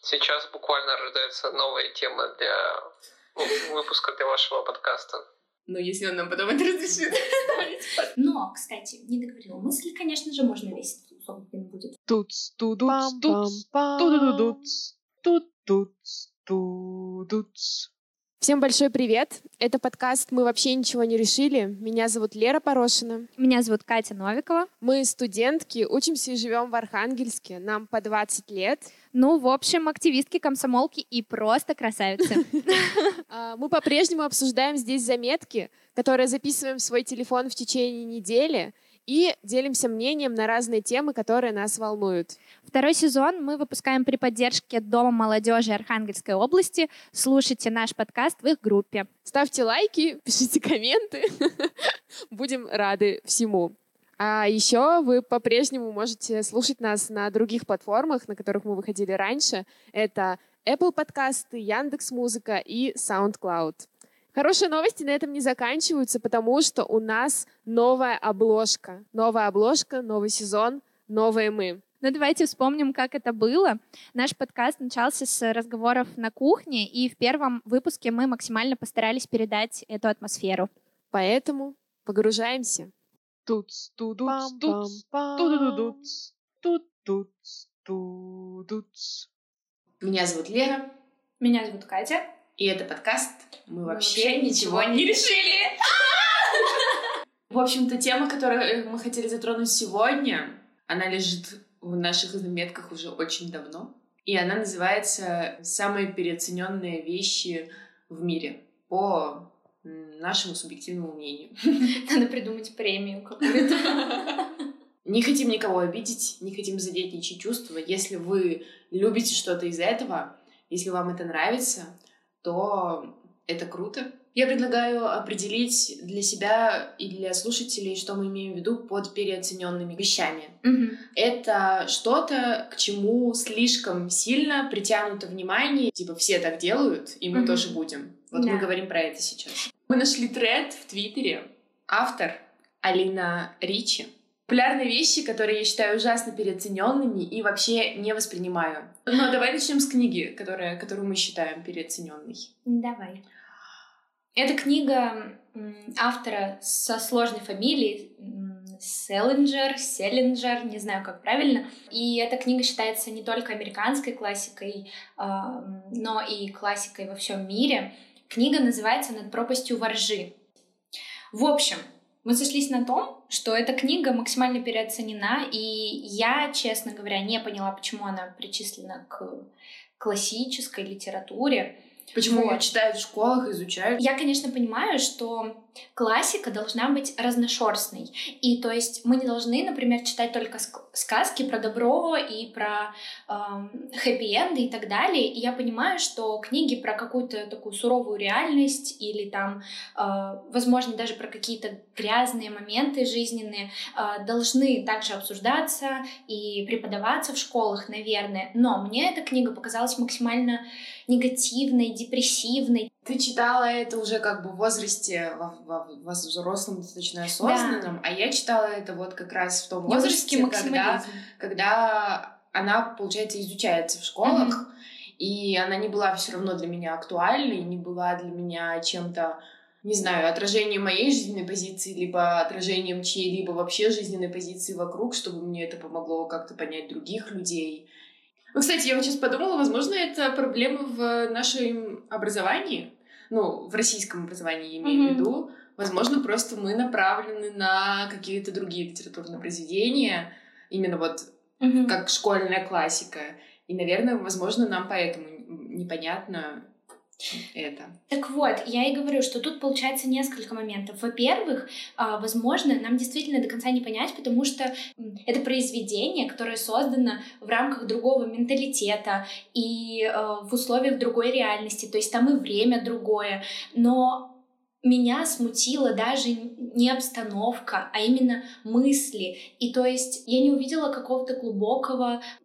Сейчас буквально рождается новая тема для выпуска для вашего подкаста. Ну, если он нам потом это разрешит. Но, кстати, не договорила мысль, конечно же, можно весь этот кусок, блин, будет. Туц, тудуц, туц, тудудуц, тут-туц, тудуц. Всем большой привет! Это подкаст «Мы вообще ничего не решили». Меня зовут Лера Порошина. Меня зовут Катя Новикова. Мы студентки, учимся и живем в Архангельске. Нам по 20 лет. Ну, в общем, активистки, комсомолки и просто красавицы. Мы по-прежнему обсуждаем здесь заметки, которые записываем в свой телефон в течение недели и делимся мнением на разные темы, которые нас волнуют. Второй сезон мы выпускаем при поддержке Дома молодежи Архангельской области. Слушайте наш подкаст в их группе. Ставьте лайки, пишите комменты. Будем рады всему. А еще вы по-прежнему можете слушать нас на других платформах, на которых мы выходили раньше. Это Apple подкасты, Яндекс.Музыка и SoundCloud. Хорошие новости на этом не заканчиваются, потому что у нас новая обложка. Новая обложка, новый сезон, новые мы. Ну, давайте вспомним, как это было. Наш подкаст начался с разговоров на кухне, и в первом выпуске мы максимально постарались передать эту атмосферу. Поэтому погружаемся. Туц, тудуц, туц, тудудуц, тут-туц, тудуц. Меня зовут Лера. Меня зовут Катя. И это подкаст «Мы вообще ничего не решили». В общем-то, тема, которую мы хотели затронуть сегодня, она лежит в наших заметках уже очень давно. И она называется «Самые переоцененные вещи в мире» по нашему субъективному мнению. Надо придумать премию какую-то. Не хотим никого обидеть, не хотим задеть ничьи чувства. Если вы любите что-то из этого, если вам это нравится, то это круто. Я предлагаю определить для себя и для слушателей, что мы имеем в виду под переоцененными вещами. Это что-то, к чему слишком сильно притянуто внимание. Типа все так делают, и мы тоже будем. Вот мы говорим про это сейчас. Мы нашли тред в Твиттере. Автор Алина Ричи. Популярные вещи, которые я считаю ужасно переоцененными и вообще не воспринимаю. Но давай начнем с книги, которую мы считаем переоцененной. Давай. Это книга автора со сложной фамилией Селлинджер, не знаю, как правильно. И эта книга считается не только американской классикой, но и классикой во всем мире. Книга называется «Над пропастью воржи». В общем, мы сошлись на том, что эта книга максимально переоценена, и я, честно говоря, не поняла, почему она причислена к классической литературе. Почему ее читают в школах, изучают? Я, конечно, понимаю, что классика должна быть разношерстной. И то есть мы не должны, например, читать только сказки про добро и про хэппи-энды и так далее. И я понимаю, что книги про какую-то такую суровую реальность или там, возможно, даже про какие-то грязные моменты жизненные должны также обсуждаться и преподаваться в школах, наверное. Но мне эта книга показалась максимально негативной, депрессивной. Ты читала это уже как бы в возрасте, во взрослом, достаточно осознанном, а я читала это вот как раз в том возрасте, когда она, получается, изучается в школах, и она не была все равно для меня актуальной, не была для меня чем-то, не знаю, отражением моей жизненной позиции, либо отражением чьей-либо вообще жизненной позиции вокруг, чтобы мне это помогло как-то понять других людей. Ну, кстати, я вот сейчас подумала, возможно, это проблема в нашем образовании, ну, в российском образовании, я имею в виду. Возможно, просто мы направлены на какие-то другие литературные произведения, именно вот как школьная классика. И, наверное, возможно, нам поэтому непонятно это. Так вот, я и говорю, что тут получается несколько моментов. Во-первых, возможно, нам действительно до конца не понять, потому что это произведение, которое создано в рамках другого менталитета и в условиях другой реальности, то есть там и время другое, но меня смутила даже не обстановка, а именно мысли. И то есть я не увидела какого-то глубокого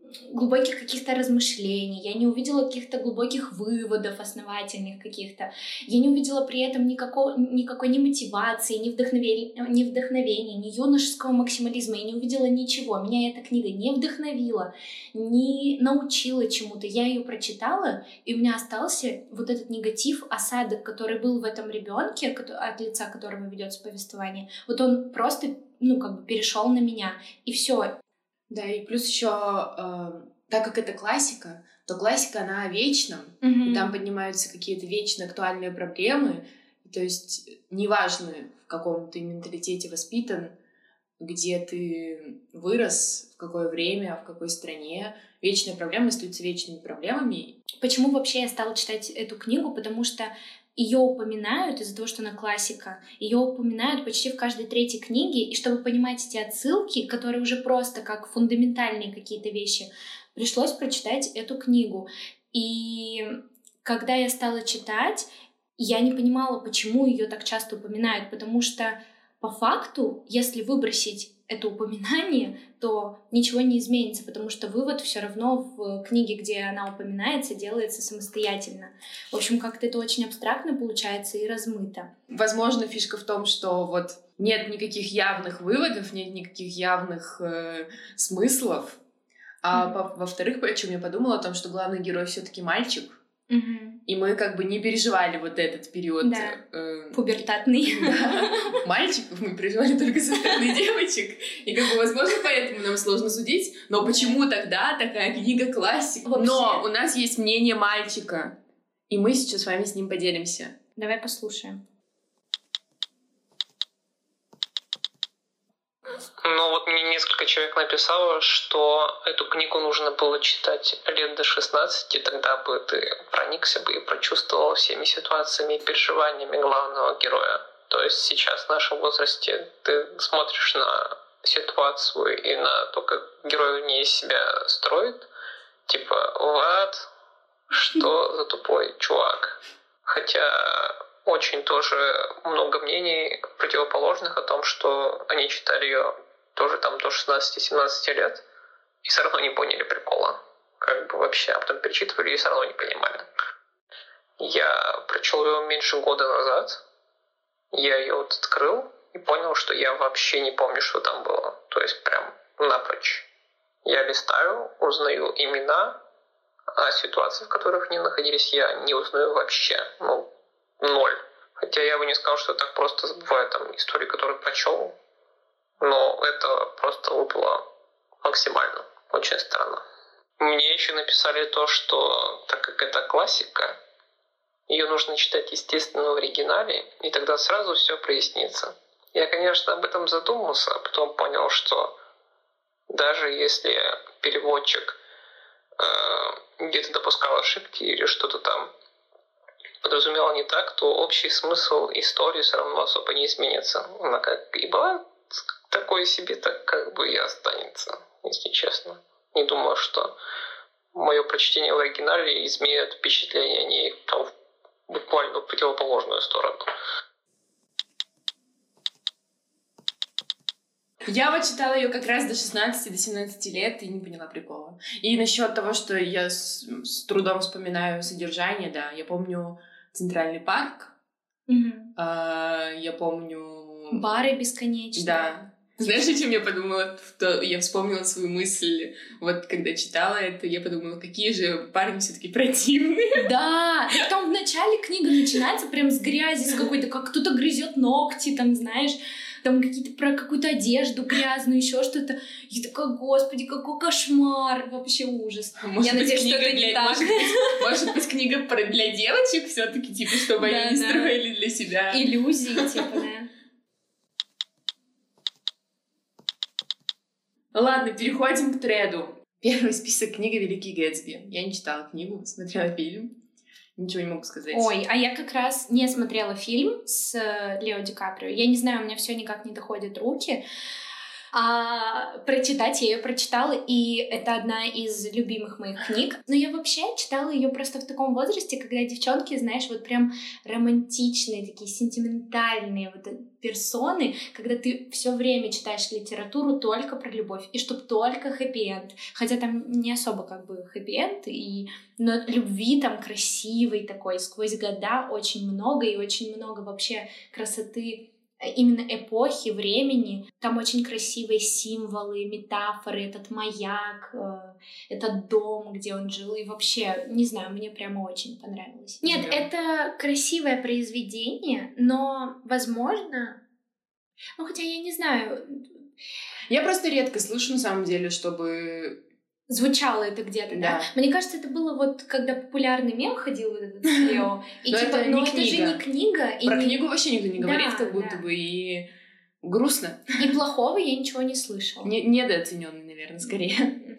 глубоких каких-то размышлений, я не увидела каких-то глубоких выводов основательных каких-то, я не увидела при этом никакой ни мотивации, ни вдохновения, ни юношеского максимализма, я не увидела ничего. Меня эта книга не вдохновила, не научила чему-то. Я ее прочитала, и у меня остался вот этот негатив, осадок, который был в этом ребенке, от лица которого ведется повествование. Вот он просто, перешел на меня, и все. Да, и плюс еще, так как это классика, то классика, она о вечном, и там поднимаются какие-то вечно актуальные проблемы, то есть неважно, в каком ты менталитете воспитан, где ты вырос, в какое время, в какой стране, вечные проблемы остаются вечными проблемами. Почему вообще я стала читать эту книгу? Потому что ее упоминают из-за того, что она классика. Ее упоминают почти в каждой третьей книге. И чтобы понимать эти отсылки, которые уже просто как фундаментальные какие-то вещи, пришлось прочитать эту книгу. И когда я стала читать, я не понимала, почему ее так часто упоминают. Потому что по факту, если выбросить это упоминание, то ничего не изменится, потому что вывод все равно в книге, где она упоминается, делается самостоятельно. В общем, как-то это очень абстрактно получается и размыто. Возможно, фишка в том, что вот нет никаких явных выводов, нет никаких явных смыслов. А во-вторых, о чем я подумала, о том, что главный герой все-таки мальчик. И мы как бы не переживали вот этот период. Пубертатный. Мальчиков мы переживали только со стороны девочек. И как бы, возможно, поэтому нам сложно судить. Но почему тогда такая книга классик? Но у нас есть мнение мальчика. И мы сейчас с вами с ним поделимся. Давай послушаем. Вот мне несколько человек написало, что эту книгу нужно было читать лет до 16, тогда бы ты проникся бы и прочувствовал всеми ситуациями и переживаниями главного героя. То есть сейчас в нашем возрасте ты смотришь на ситуацию и на то, как герой в ней себя строит, типа «What? Что за тупой чувак?» Хотя очень тоже много мнений противоположных о том, что они читали ее тоже там до 16-17 лет и все равно не поняли прикола. Как бы вообще, а потом перечитывали и все равно не понимали. Я прочел ее меньше года назад. Я ее вот открыл и понял, что я вообще не помню, что там было. То есть прям напрочь. Я листаю, узнаю имена, а ситуации, в которых они находились, я не узнаю вообще. Ноль. Хотя я бы не сказал, что так просто забываю там истории, которые прочел. Но это просто выпало максимально. Очень странно. Мне еще написали то, что так как это классика, ее нужно читать, естественно, в оригинале, и тогда сразу все прояснится. Я, конечно, об этом задумался, а потом понял, что даже если переводчик где-то допускал ошибки или что-то там подразумевал не так, то общий смысл истории все равно особо не изменится. Она как и была такой себе, так как бы и останется, если честно. Не думаю, что мое прочтение в оригинале изменит впечатление о ней там, буквально в противоположную сторону. Я вот читала ее как раз до 16-17 лет и не поняла прикола. И насчет того, что я с трудом вспоминаю содержание, да, я помню Центральный парк, я помню... Бары бесконечные. Да. Знаешь, о чем я подумала? Я вспомнила свою мысль, вот когда читала это, я подумала, какие же парни все-таки противные. Да, и потом в начале книга начинается прям с грязи, с какой-то, как кто-то грызет ногти, там, знаешь, там какие-то про какую-то одежду грязную, еще что-то. Я такая, господи, какой кошмар, вообще ужас. Я надеюсь, что это не так. Может быть, книга для девочек все-таки, типа, чтобы они не строили для себя иллюзии, типа, да. Ладно, переходим к треду. Первый список книги «Великий Гэтсби». Я не читала книгу, смотрела фильм. Ничего не могу сказать. Ой, а я как раз не смотрела фильм с Лео Ди Каприо. Я не знаю, у меня все никак не доходят руки. А прочитать я ее прочитала, и это одна из любимых моих книг. Но я вообще читала ее просто в таком возрасте, когда девчонки, знаешь, вот прям романтичные, такие сентиментальные вот персоны, когда ты все время читаешь литературу только про любовь, и чтоб только хэппи-энд. Хотя там не особо как бы хэппи-энд, но любви там красивой такой, сквозь года очень много, и очень много вообще красоты именно эпохи, времени. Там очень красивые символы, метафоры, этот маяк, этот дом, где он жил. И вообще, не знаю, мне прямо очень понравилось. Нет, это красивое произведение, но, возможно... Ну, хотя я не знаю... Я просто редко слышу, на самом деле, чтобы... Звучало это где-то, да? Мне кажется, это было вот, когда популярный мем ходил, вот этот Лео. И типа, это же не книга. Про книгу вообще никто не говорит, как будто бы, и грустно. И плохого я ничего не слышала. Недооцененный, наверное, скорее.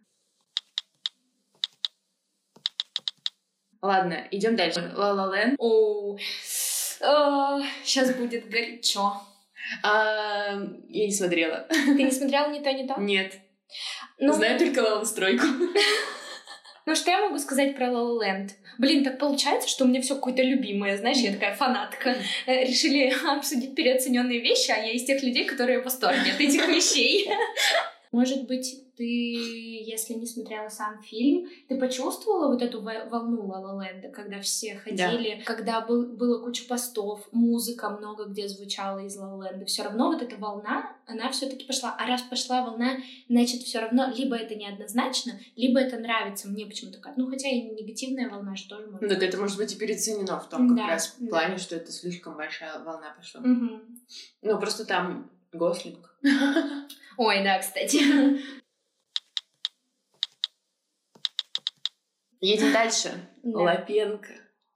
Ладно, идем дальше. La La Land. Сейчас будет горячо. Я не смотрела. Ты не смотрела «Ни то, ни то»? Нет. Знаю только «Лаластройку». Ну, что я могу сказать про La La Land? Блин, так получается, что у меня все какое-то любимое, знаешь, я такая фанатка. Решили обсудить переоцененные вещи, а я из тех людей, которые в восторге от этих вещей. Может быть, ты, если не смотрела сам фильм, ты почувствовала вот эту волну La La Land, когда все ходили, когда было куча постов, музыка много где звучала из La La Land. Все равно вот эта волна, она все-таки пошла. А раз пошла волна, значит, все равно либо это неоднозначно, либо это нравится. Мне почему-то как. Ну, хотя и негативная волна же тоже может. Ну, так это может быть и переоценено в том как раз плане, что это слишком большая волна пошла. Ну, просто там Гослинг. Ой, да, кстати. Едем дальше. Лапенко.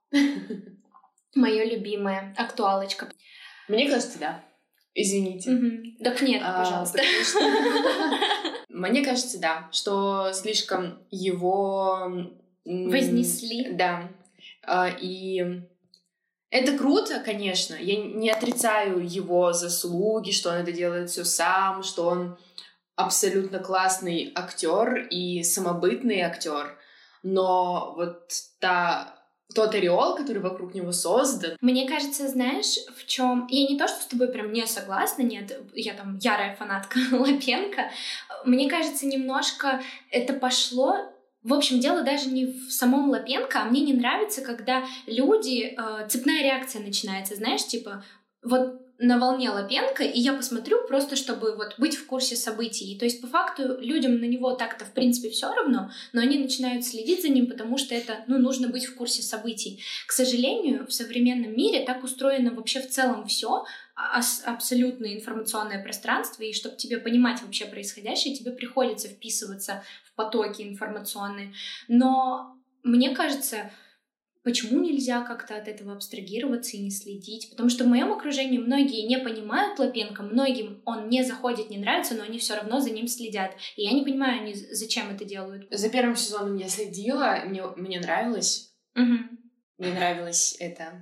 Моё любимое. Актуалочка. Мне кажется, да. Извините. Так нет, пожалуйста. Мне кажется, да, что слишком его... Вознесли. Да. И... Это круто, конечно. Я не отрицаю его заслуги, что он это делает все сам, что он абсолютно классный актер и самобытный актер. Но вот тот ореол, который вокруг него создан... Мне кажется, знаешь, в чем... Я не то, что с тобой прям не согласна, нет, я там ярая фанатка Лапенко. Мне кажется, немножко это пошло... В общем, дело даже не в самом Лапенко, а мне не нравится, когда люди... цепная реакция начинается, знаешь, типа... Вот на волне Лапенко, и я посмотрю просто, чтобы вот быть в курсе событий. И, то есть, по факту, людям на него так-то, в принципе, все равно, но они начинают следить за ним, потому что это, нужно быть в курсе событий. К сожалению, в современном мире так устроено вообще в целом все, абсолютное информационное пространство, и чтобы тебе понимать вообще происходящее, тебе приходится вписываться в потоки информационные. Но мне кажется... Почему нельзя как-то от этого абстрагироваться и не следить? Потому что в моем окружении многие не понимают Лапенко, многим он не заходит, не нравится, но они все равно за ним следят. И я не понимаю, они зачем это делают. За первым сезоном я следила, мне нравилось. Мне нравилась эта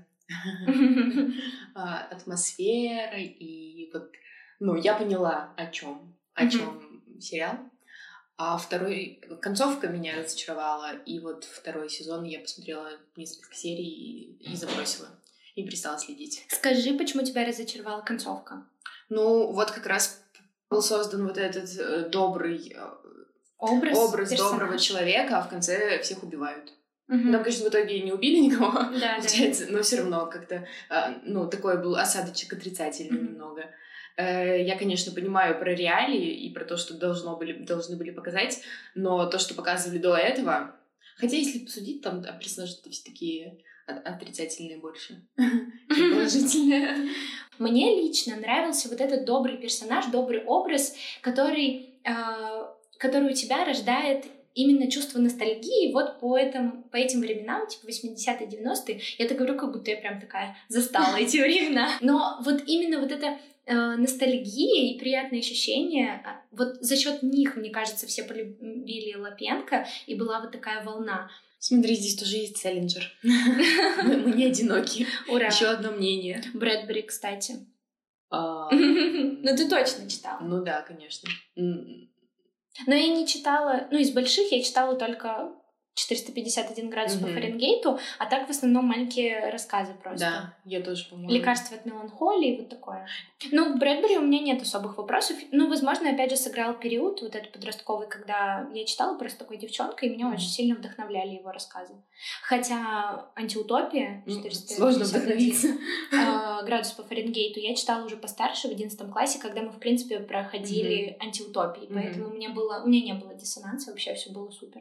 атмосфера, и вот, я поняла, о чем сериал. А концовка меня разочаровала, и вот второй сезон я посмотрела несколько серий и забросила, и перестала следить. Скажи, почему тебя разочаровала концовка? Вот как раз был создан вот этот добрый образ доброго человека, а в конце всех убивают. Там, конечно, в итоге не убили никого, получается, но все равно как-то, такой был осадочек отрицательный немного. Я, конечно, понимаю про реалии и про то, что должны были показать, но то, что показывали до этого... Хотя, если посудить, там персонажи-то все такие отрицательные больше, чем положительные. Мне лично нравился вот этот добрый персонаж, добрый образ, который у тебя рождает именно чувство ностальгии вот по этим временам, типа 80-е, 90-е. Я так говорю, как будто я прям такая застала эти времена. Но вот именно вот это ностальгия и приятные ощущения, вот за счет них, мне кажется, все полюбили Лапенко, и была вот такая волна. Смотри, здесь тоже есть Селлинджер. Мы не одиноки. Ура! Еще одно мнение. Брэдбери, кстати. Ну, ты точно читала. Ну да, конечно. Но я не читала... Ну, из больших я читала только 451 градус по Фаренгейту, а так в основном маленькие рассказы просто. Да, я тоже, по-моему. Лекарство от меланхолии, вот такое. Ну, к Брэдбери у меня нет особых вопросов. Ну, возможно, опять же, сыграл период вот этот подростковый, когда я читала просто такой девчонкой, и меня очень сильно вдохновляли его рассказы. Хотя «Антиутопия» 451 сложно вдохновиться. градус по Фаренгейту я читала уже постарше, в 11 классе, когда мы, в принципе, проходили «Антиутопии», поэтому у меня не было диссонанса, вообще все было супер.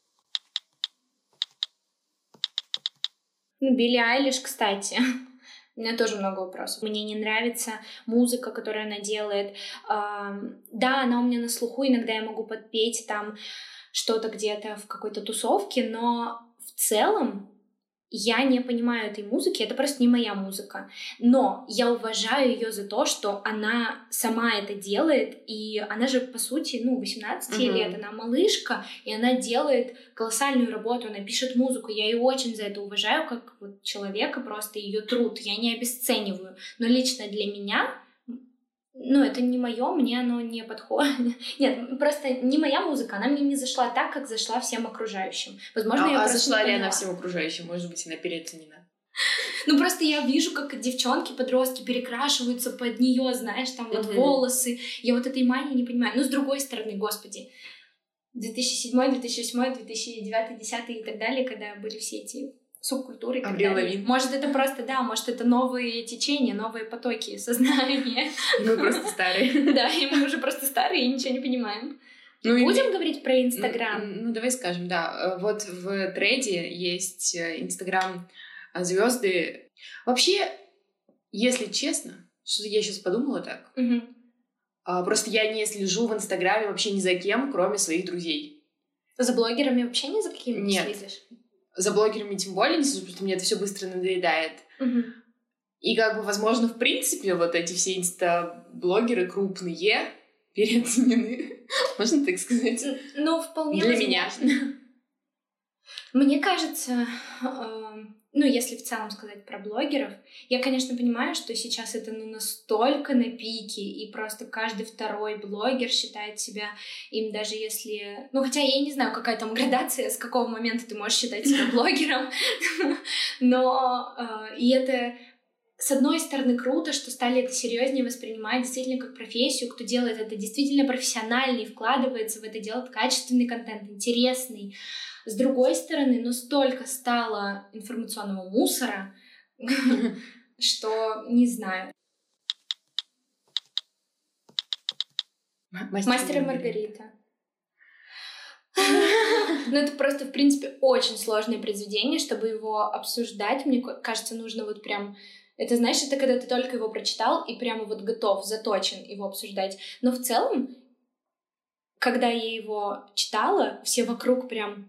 Ну, Билли Айлиш, кстати. У меня тоже много вопросов. Мне не нравится музыка, которую она делает. Да, она у меня на слуху, иногда я могу подпеть там что-то где-то в какой-то тусовке, но в целом я не понимаю этой музыки, это просто не моя музыка. Но я уважаю ее за то, что она сама это делает, и она же, по сути, 18 лет, она малышка, и она делает колоссальную работу, она пишет музыку, я ее очень за это уважаю, как вот человека, просто ее труд, я не обесцениваю. Но лично для меня, это не мое, мне оно не подходит. Нет, просто не моя музыка, она мне не зашла так, как зашла всем окружающим. Возможно, я просто зашла ли она всем окружающим? Может быть, она переоценена. Просто я вижу, как девчонки, подростки перекрашиваются под нее, знаешь, там вот волосы. Я вот этой мании не понимаю. Но с другой стороны, господи, 2007, 2008, 2009, 2010 и так далее, когда были все эти субкультуры и так далее. Может, это просто, может, это новые течения, новые потоки сознания. Мы просто старые. Да, и мы уже просто старые и ничего не понимаем. Будем говорить про Инстаграм? Давай скажем, да. Вот в Треде есть Инстаграм звезды. Вообще, если честно, что я сейчас подумала так, просто я не слежу в Инстаграме вообще ни за кем, кроме своих друзей. За блогерами вообще ни за какими не следишь? За блогерами тем более не слежу, потому что мне это все быстро надоедает. И возможно, в принципе, вот эти все инста-блогеры крупные переоценены. Можно так сказать? Вполне для меня. Мне кажется, если в целом сказать про блогеров, я, конечно, понимаю, что сейчас это настолько на пике, и просто каждый второй блогер считает себя им, даже если... хотя я не знаю, какая там градация, с какого момента ты можешь считать себя блогером, но и это... С одной стороны, круто, что стали это серьезнее воспринимать действительно как профессию, кто делает это действительно профессионально и вкладывается в это, делает качественный контент, интересный. С другой стороны, столько стало информационного мусора, что не знаю. Мастер и Маргарита. Это просто, в принципе, очень сложное произведение, чтобы его обсуждать. Мне кажется, нужно вот прям... Это, знаешь, это когда ты только его прочитал и прямо вот готов, заточен его обсуждать. Но в целом, когда я его читала, все вокруг прям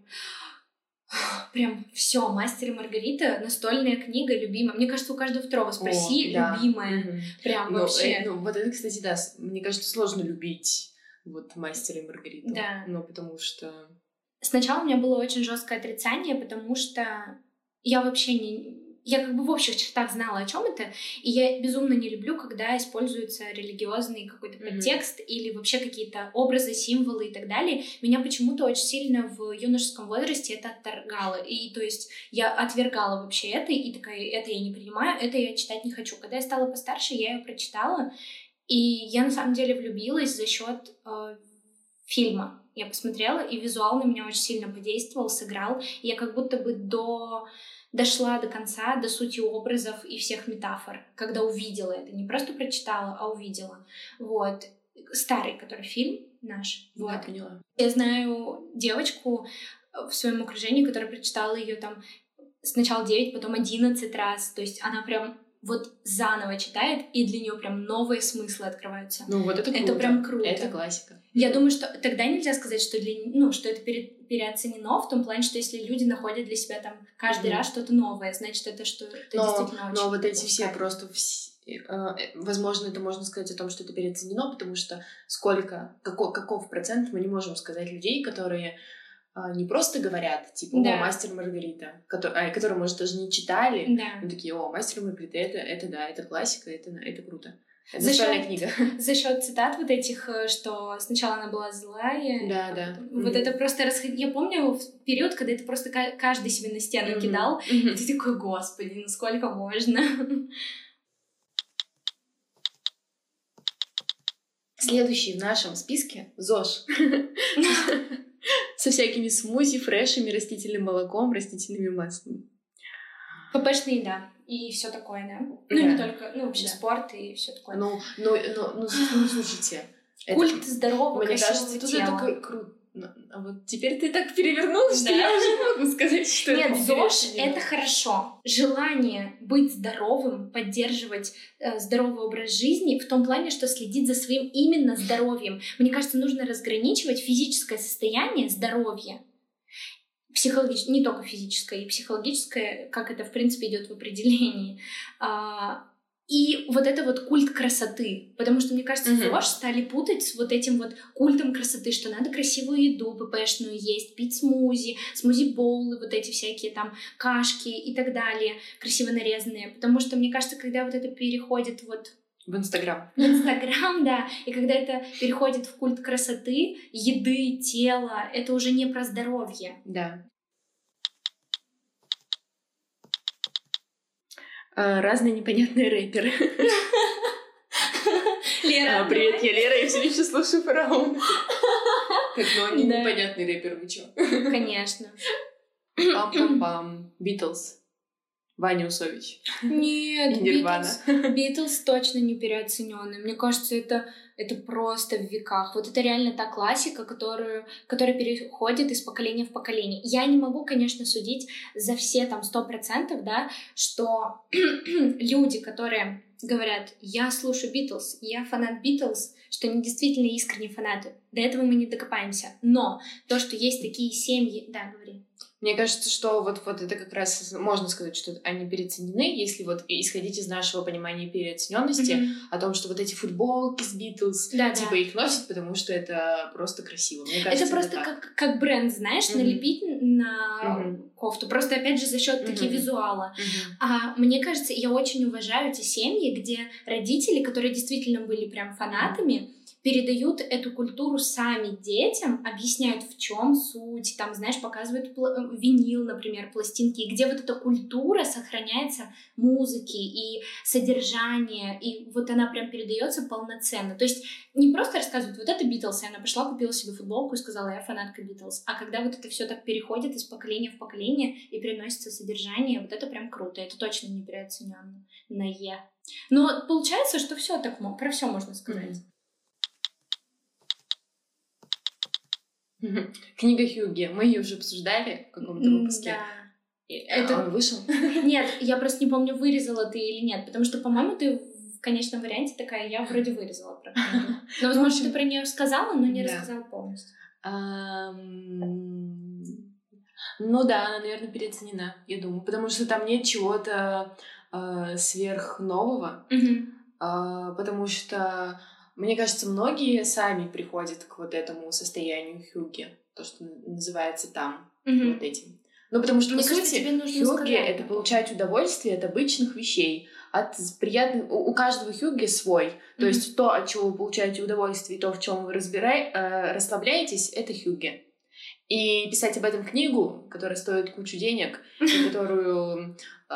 все, «Мастер и Маргарита», настольная книга, любимая. Мне кажется, у каждого второго спроси, любимая. Прям вообще. Вот это, кстати, да, мне кажется, сложно любить вот «Мастера и Маргариту». Да. Потому что... Сначала у меня было очень жесткое отрицание, потому что я вообще не... Я в общих чертах знала, о чем это, и я безумно не люблю, когда используется религиозный какой-то подтекст или вообще какие-то образы, символы и так далее. Меня почему-то очень сильно в юношеском возрасте это отторгало, и то есть я отвергала вообще это, и такая, это я не принимаю, это я читать не хочу. Когда я стала постарше, я ее прочитала, и я на самом деле влюбилась за счет фильма. Я посмотрела, и визуал на меня очень сильно подействовал, сыграл, и я как будто бы дошла до конца, до сути образов и всех метафор, когда увидела это. Не просто прочитала, а увидела. Вот. Старый, который фильм наш. Да, вот. поняла. Я знаю девочку в своем окружении, которая прочитала ее там сначала 9, потом 11 раз. То есть она прям вот заново читает, и для нее прям новые смыслы открываются. Вот это круто. Это прям круто. Это классика. Я думаю, что тогда нельзя сказать, что что это переоценено, в том плане, что если люди находят для себя там каждый раз что-то новое, значит, это что-то действительно очень... Но вот эти все просто... Возможно, это можно сказать о том, что это переоценено, потому что каков процент, мы не можем сказать, людей, которые не просто говорят, типа, о, «Мастер и Маргарита», которые, может, даже не читали, но такие, о, «Мастер и Маргарита», это классика, это круто. Это зашквальная книга. За счет цитат вот этих, что сначала она была злая. Да. Вот это просто Я помню в период, когда это просто каждый себе на стену кидал. И ты такой, господи, ну сколько можно? Следующий в нашем списке — ЗОЖ. Со всякими смузи, фрешами, растительным молоком, растительными маслами. ППшная еда и все такое, да? Ну, не только, вообще спорт и все такое. Ну, слушайте. Культ здорового, мне кажется, тоже такой круто. А вот теперь ты так перевернула, что я уже не могу сказать, что это Нет, ЗОЖ — это хорошо. Желание быть здоровым, поддерживать здоровый образ жизни в том плане, что следить за своим именно здоровьем. Мне кажется, нужно разграничивать физическое состояние, здоровье, психологическое, не только физическое, и психологическое, как это, в принципе, идет в определении. И вот это вот культ красоты. Потому что, мне кажется, ЗОЖ стали путать с вот этим вот культом красоты, что надо красивую еду ППшную есть, пить смузи-боулы, вот эти всякие там кашки и так далее, красиво нарезанные. Потому что, мне кажется, когда вот это переходит вот в Инстаграм. В Инстаграм, да. И когда это переходит в культ красоты, еды, тела, это уже не про здоровье. Да. Разные непонятные рэперы. Лера. Привет, я Лера, я все еще слушаю Фараона. Как, они непонятный рэпер, вы чё? Конечно. Пам-пам-пам. Битлз. Ваня Усович. Нет, Нирвана. Битлз точно не переоцененный. Мне кажется, это просто в веках. Вот это реально та классика, которая переходит из поколения в поколение. Я не могу, конечно, судить за все там 100%, да, что люди, которые говорят, я слушаю Битлз, я фанат Битлз, что они действительно искренние фанаты. До этого мы не докопаемся. Но то, что есть такие семьи... Да, говори. Мне кажется, что вот это как раз можно сказать, что они переоценены, если вот исходить из нашего понимания переоцененности, о том, что вот эти футболки с Битлз, типа их носят, потому что это просто красиво. Мне кажется, это просто как бренд, знаешь, налепить на кофту. Просто, опять же, за счет таки визуала. А мне кажется, я очень уважаю эти семьи, где родители, которые действительно были прям фанатами, передают эту культуру сами детям, объясняют, в чем суть, там, знаешь, показывают винил, например, пластинки, и где вот эта культура сохраняется музыки и содержание, и вот она прям передается полноценно. То есть не просто рассказывают, вот это Битлз, и она пошла, купила себе футболку и сказала, я фанатка Битлз, а когда вот это все так переходит из поколения в поколение и приносится содержание, вот это прям круто, это точно не переоцененное. Но получается, что все так, про все можно сказать. Книга Хьюги. Мы ее уже обсуждали в каком-то выпуске. Да. Он вышел? Нет, я просто не помню, вырезала ты или нет, потому что, по-моему, ты в конечном варианте такая, я вроде вырезала про книгу. Но, возможно, ты про нее сказала, но не рассказала полностью. Ну да, она, наверное, переоценена, я думаю, потому что там нет чего-то сверхнового, потому что мне кажется, многие сами приходят к вот этому состоянию Хьюги, то, что называется там, вот этим. Ну, потому что, по сути, Хьюги — это получать удовольствие от обычных вещей, от приятных... У каждого Хьюги свой. То есть то, от чего вы получаете удовольствие, и то, в чем вы расслабляетесь, это Хьюги. И писать об этом книгу, которая стоит кучу денег, и которую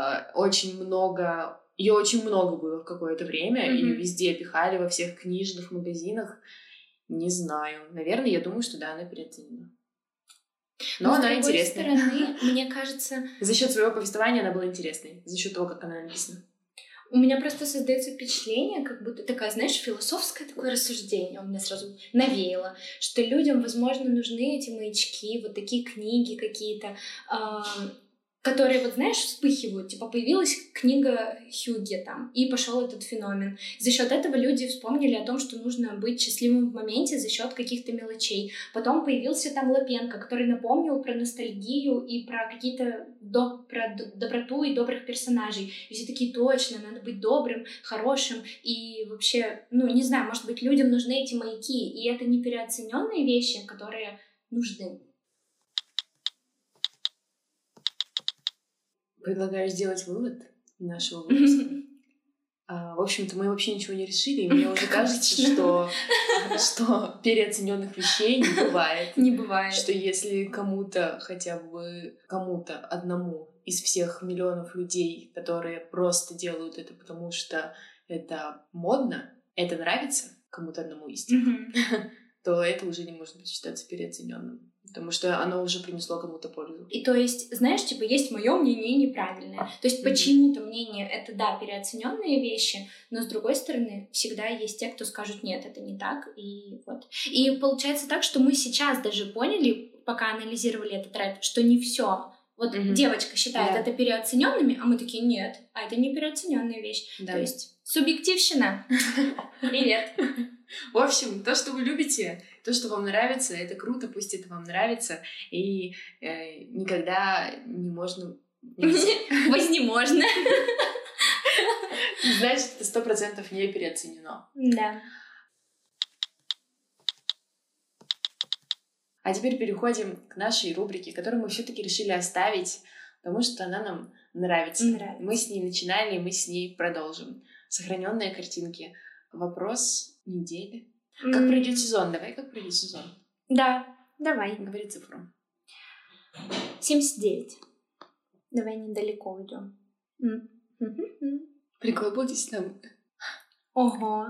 ее очень много было в какое-то время, ее везде пихали, во всех книжных магазинах. Не знаю. Наверное, я думаю, что да, она переоценена. Но она интересная. С другой стороны, мне кажется... За счет своего повествования она была интересной. За счет того, как она написана. У меня просто создается впечатление, как будто такая, знаешь, философское такое рассуждение у меня сразу навеяло, что людям, возможно, нужны эти маячки, вот такие книги какие-то, которые, вот знаешь, вспыхивают. Типа появилась книга Хьюги там, и пошел этот феномен. За счет этого люди вспомнили о том, что нужно быть счастливым в моменте за счет каких-то мелочей. Потом появился там Лапенко, который напомнил про ностальгию и про какие-то про доброту и добрых персонажей. И все такие, точно, надо быть добрым, хорошим. И вообще, не знаю, может быть, людям нужны эти маяки. И это не переоцененные вещи, которые нужны. Предлагаю сделать вывод нашего выпуска. В общем-то, мы вообще ничего не решили, и мне уже кажется, что переоцененных вещей не бывает. Не бывает. Что если кому-то одному из всех миллионов людей, которые просто делают это, потому что это модно, это нравится кому-то одному истинно, то это уже не может быть считаться переоцененным. Потому что оно уже принесло кому-то пользу. И то есть, знаешь, типа, есть мое мнение неправильное. То есть, почему-то мнение — это, да, переоцененные вещи, но, с другой стороны, всегда есть те, кто скажут, нет, это не так, и вот. И получается так, что мы сейчас даже поняли, пока анализировали этот тред, что не все. Вот девочка считает это переоцененными, а мы такие, нет, а это не переоцененная вещь. То есть, субъективщина. Привет. В общем, то, что вы любите, то, что вам нравится, это круто, пусть это вам нравится, и никогда не можно... Возможно. Значит, это 100% не переоценено. Да. А теперь переходим к нашей рубрике, которую мы все-таки решили оставить, потому что она нам нравится. Мы с ней начинали, и мы с ней продолжим. Сохраненные картинки. Вопрос недели. Как пройдет сезон? Давай, как пройдет сезон? Да, давай. Говори цифру. 79. Давай недалеко уйдем. Прикол был, если там... Ого.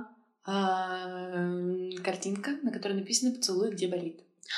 Картинка, на которой написано «Поцелуй, где болит».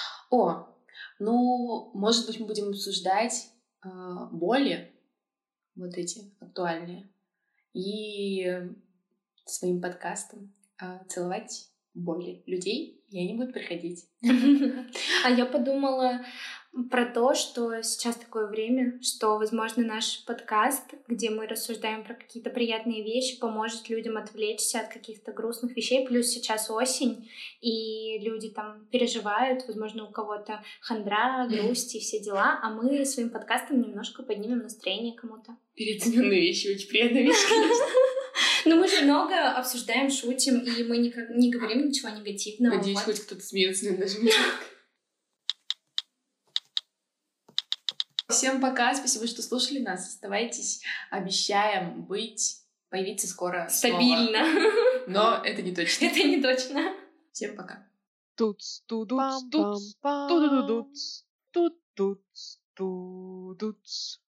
Может быть, мы будем обсуждать боли, вот эти актуальные, и своим подкастом целовать боли людей, и они будут приходить. А я подумала про то, что сейчас такое время, что, возможно, наш подкаст, где мы рассуждаем про какие-то приятные вещи, поможет людям отвлечься от каких-то грустных вещей. Плюс сейчас осень, и люди там переживают, возможно, у кого-то хандра, грусть и все дела, а мы своим подкастом немножко поднимем настроение кому-то. Переоцененные вещи, очень приятная вещь, конечно. Но мы же много обсуждаем, шутим, и мы не говорим ничего негативного. Надеюсь, хоть кто-то смеется над нашим языком. Всем пока, спасибо, что слушали нас. Оставайтесь, обещаем появиться скоро. Стабильно. Снова. Но это не точно. Это не точно. Всем пока. Туц, тудуц, туц, тудудуц, тут, туц, тудуц.